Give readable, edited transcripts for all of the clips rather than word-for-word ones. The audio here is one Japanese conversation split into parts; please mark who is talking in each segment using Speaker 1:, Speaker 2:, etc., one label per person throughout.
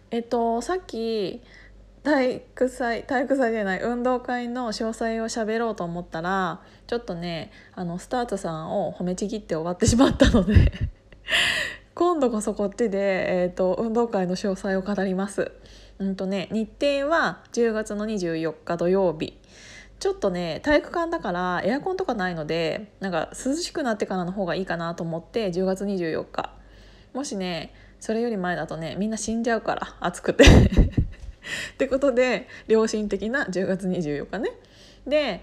Speaker 1: さっき体育祭じゃない運動会の詳細を喋ろうと思ったらちょっとねスタートさんを褒めちぎって終わってしまったので今度こそこっちで、運動会の詳細を語ります。日程は10月の24日土曜日。ちょっとね体育館だからエアコンとかないのでなんか涼しくなってからの方がいいかなと思って10月24日。もしねそれより前だとねみんな死んじゃうから暑くてってことで良心的な10月24日ね。で、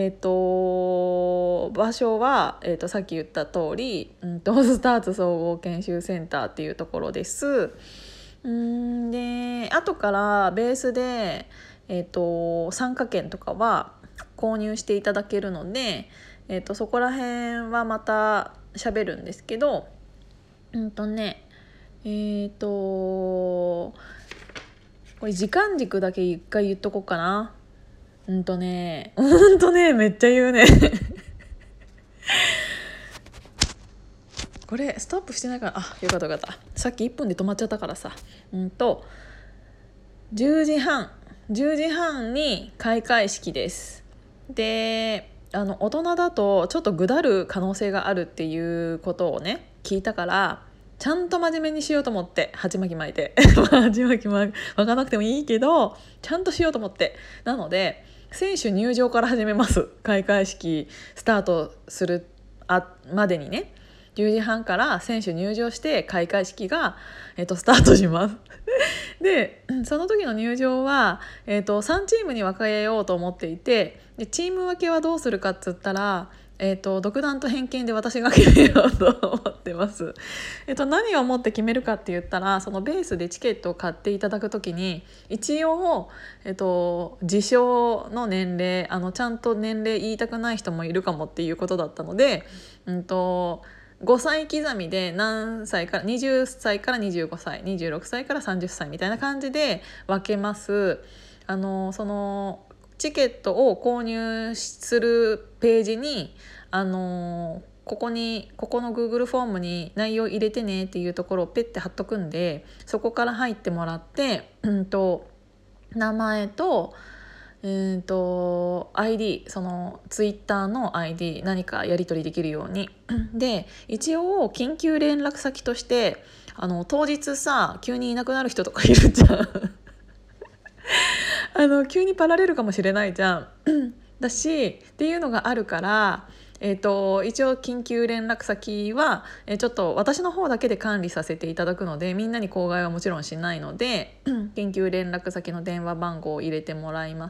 Speaker 1: 場所は、さっき言った通り、スターツ総合研修センターっていうところです。で後からベースで、参加券とかは購入していただけるので、そこら辺はまた喋るんですけどこれ時間軸だけ一回言っとこうかな。めっちゃ言うねこれストップしてないからよかったよかった。さっき1分で止まっちゃったからさ10時半に開会式です。で大人だとちょっとぐだる可能性があるっていうことをね聞いたからちゃんと真面目にしようと思って鉢巻き巻いて鉢巻き巻かなくてもいいけどちゃんとしようと思ってなので選手入場から始めます。開会式スタートするまでにね10時半から選手入場して開会式が、スタートしますでその時の入場は、3チームに分けようと思っていてでチーム分けはどうするかっつったら独断と偏見で私が決めようと思ってます。何をもって決めるかって言ったらそのベースでチケットを買っていただくときに一応、自称の年齢ちゃんと年齢言いたくない人もいるかもっていうことだったので、5歳刻みで何歳から20歳から25歳26歳から30歳みたいな感じで分けます。そのチケットを購入するページに、ここの Google フォームに内容入れてねっていうところをペッて貼っとくんでそこから入ってもらって名前とID そのツイッターの ID 何かやり取りできるようにで一応緊急連絡先として当日さ急にいなくなる人とかいるじゃん急にパラれるかもしれないじゃんだしっていうのがあるから、一応緊急連絡先は、ちょっと私の方だけで管理させていただくのでみんなに口外はもちろんしないので緊急連絡先の電話番号を入れてもらいます。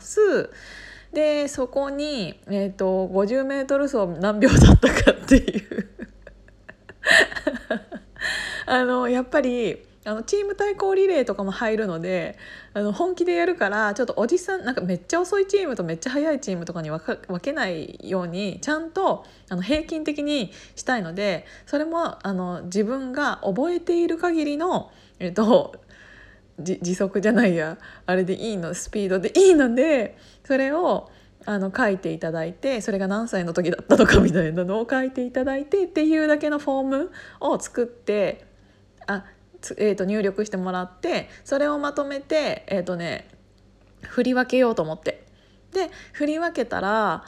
Speaker 1: でそこに、50メートル走何秒だったかっていうやっぱりチーム対抗リレーとかも入るので本気でやるからちょっとおじさんなんかめっちゃ遅いチームとめっちゃ速いチームとかに分けないようにちゃんと平均的にしたいのでそれも自分が覚えている限りの、時速じゃないやあれでいいのスピードでいいのでそれを書いていただいてそれが何歳の時だったのかみたいなのを書いていただいてっていうだけのフォームを作って入力してもらってそれをまとめて振り分けようと思ってで振り分けたら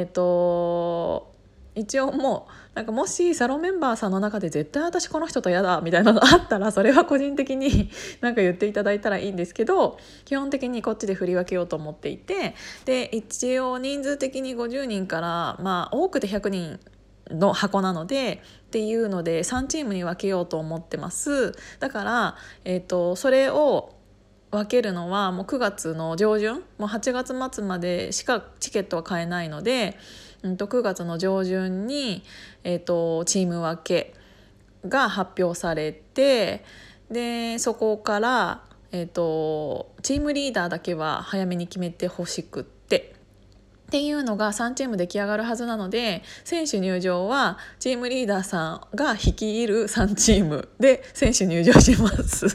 Speaker 1: 一応もうなんかもしサロンメンバーさんの中で絶対私この人と嫌だみたいなのあったらそれは個人的になんか言っていただいたらいいんですけど基本的にこっちで振り分けようと思っていてで一応人数的に50人から多くて100人の箱なのでっていうので3チームに分けようと思ってます。だから、それを分けるのはもう9月の上旬もう8月末までしかチケットは買えないので、9月の上旬に、チーム分けが発表されてでそこから、チームリーダーだけは早めに決めてほしくっていうのが3チーム出来上がるはずなので選手入場はチームリーダーさんが率いる3チームで選手入場します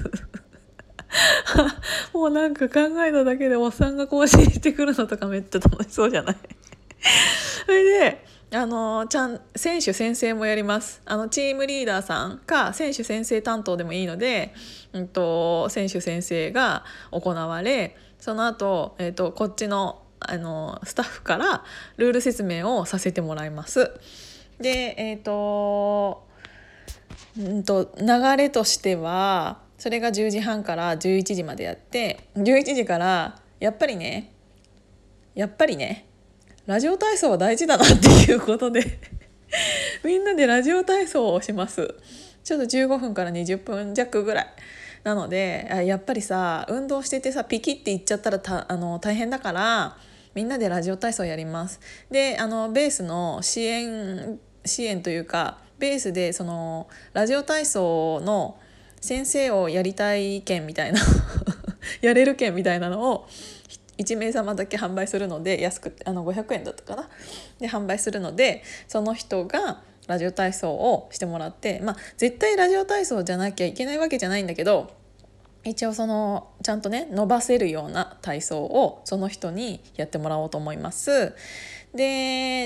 Speaker 1: もうなんか考えただけでおっさんが更新してくるのとかめっちゃ楽しそうじゃないそれで選手宣誓もやります。チームリーダーさんか選手宣誓担当でもいいので、選手宣誓が行われ、その後、こっちの、スタッフからルール説明をさせてもらいます。で、流れとしてはそれが10時半から11時までやって、11時からやっぱりねラジオ体操は大事だなっていうことでみんなでラジオ体操をします。ちょっと15分から20分弱ぐらいなので、やっぱりさ運動しててさピキっていっちゃったら大変だから、みんなでラジオ体操やります。でベースの支援というか、ベースでそのラジオ体操の先生をやりたい券みたいなやれる券みたいなのを1名様だけ販売するので、安く500円だったかなで販売するので、その人がラジオ体操をしてもらって、絶対ラジオ体操じゃなきゃいけないわけじゃないんだけど、一応ちゃんとね伸ばせるような体操をその人にやってもらおうと思います。で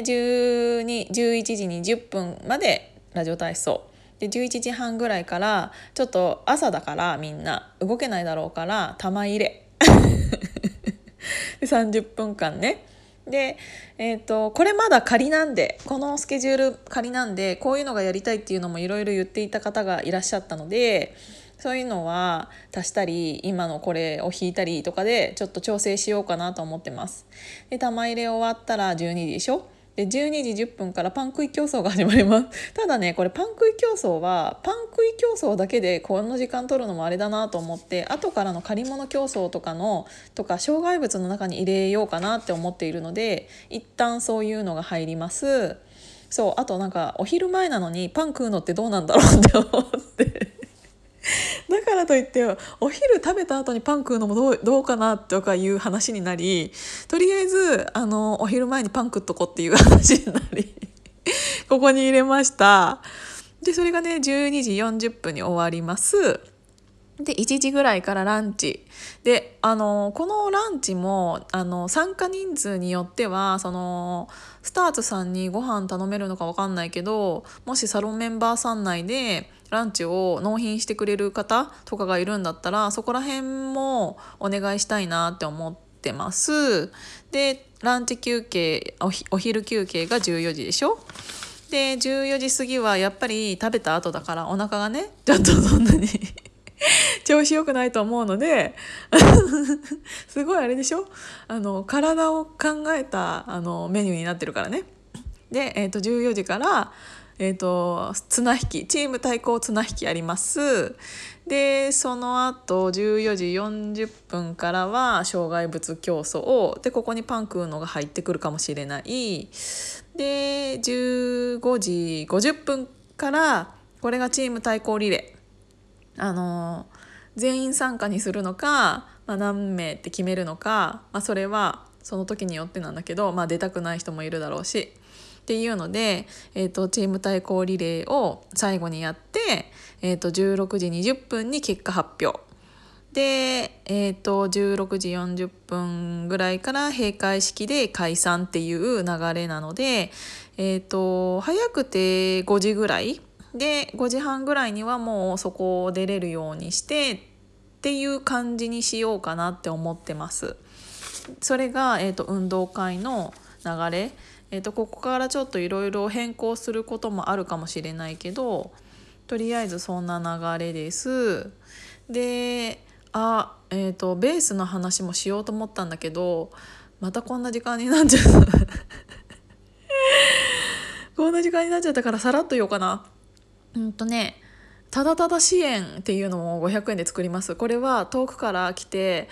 Speaker 1: 11時20分までラジオ体操で、11時半ぐらいからちょっと朝だからみんな動けないだろうから玉入れで30分間ね。で、これまだ仮なんで、このスケジュール仮なんで、こういうのがやりたいっていうのもいろいろ言っていた方がいらっしゃったので、そういうのは足したり今のこれを引いたりとかでちょっと調整しようかなと思ってます。で玉入れ終わったら12時でしょ。で12時10分からパン食い競争が始まります。ただねこれパン食い競争はパン食い競争だけでこの時間取るのもあれだなと思って、後からの借り物競争とか障害物の中に入れようかなって思っているので、一旦そういうのが入ります。そう、あとなんかお昼前なのにパン食うのってどうなんだろうって思ってだからといってお昼食べた後にパン食うのもどうかなとかいう話になり、とりあえずお昼前にパン食っとこうっていう話になりここに入れました。でそれがね12時40分に終わります。で1時ぐらいからランチで、このランチも参加人数によってはスターツさんにご飯頼めるのか分かんないけど、もしサロンメンバーさん内でランチを納品してくれる方とかがいるんだったら、そこら辺もお願いしたいなって思ってます。でランチ休憩お昼休憩が14時でしょ。で14時過ぎはやっぱり食べた後だからお腹がねちょっとそんなに調子良くないと思うのですごいあれでしょ、体を考えたメニューになってるからね。で、14時から、綱引きチーム対抗綱引きあります。でその後14時40分からは障害物競争で、ここにパン食うのが入ってくるかもしれない。で15時50分からこれがチーム対抗リレー、全員参加にするのか、何名って決めるのか、それはその時によってなんだけど、出たくない人もいるだろうしっていうので、チーム対抗リレーを最後にやって、16時20分に結果発表で、16時40分ぐらいから閉会式で解散っていう流れなので、早くて5時ぐらいで5時半ぐらいにはもうそこを出れるようにしてっていう感じにしようかなって思ってます。それが、運動会の流れ、ここからちょっといろいろ変更することもあるかもしれないけど、とりあえずそんな流れです。でベースの話もしようと思ったんだけど、またこんな時間になっちゃったこんな時間になっちゃったからさらっと言おうかな。ただただ支援っていうのを500円で作ります。これは遠くから来て、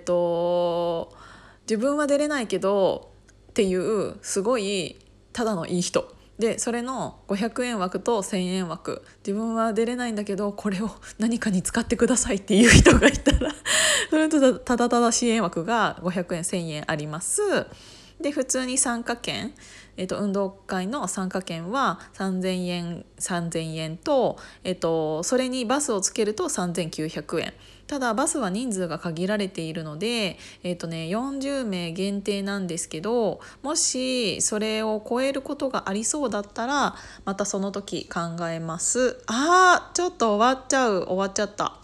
Speaker 1: 自分は出れないけどっていうすごいただのいい人で、それの500円枠と1000円枠、自分は出れないんだけどこれを何かに使ってくださいっていう人がいたらそれとただただ支援枠が500円1000円あります。で普通に参加券運動会の参加券は3000円と、それにバスをつけると3900円。ただバスは人数が限られているので、40名限定なんですけど、もしそれを超えることがありそうだったらまたその時考えます。ちょっと終わっちゃった。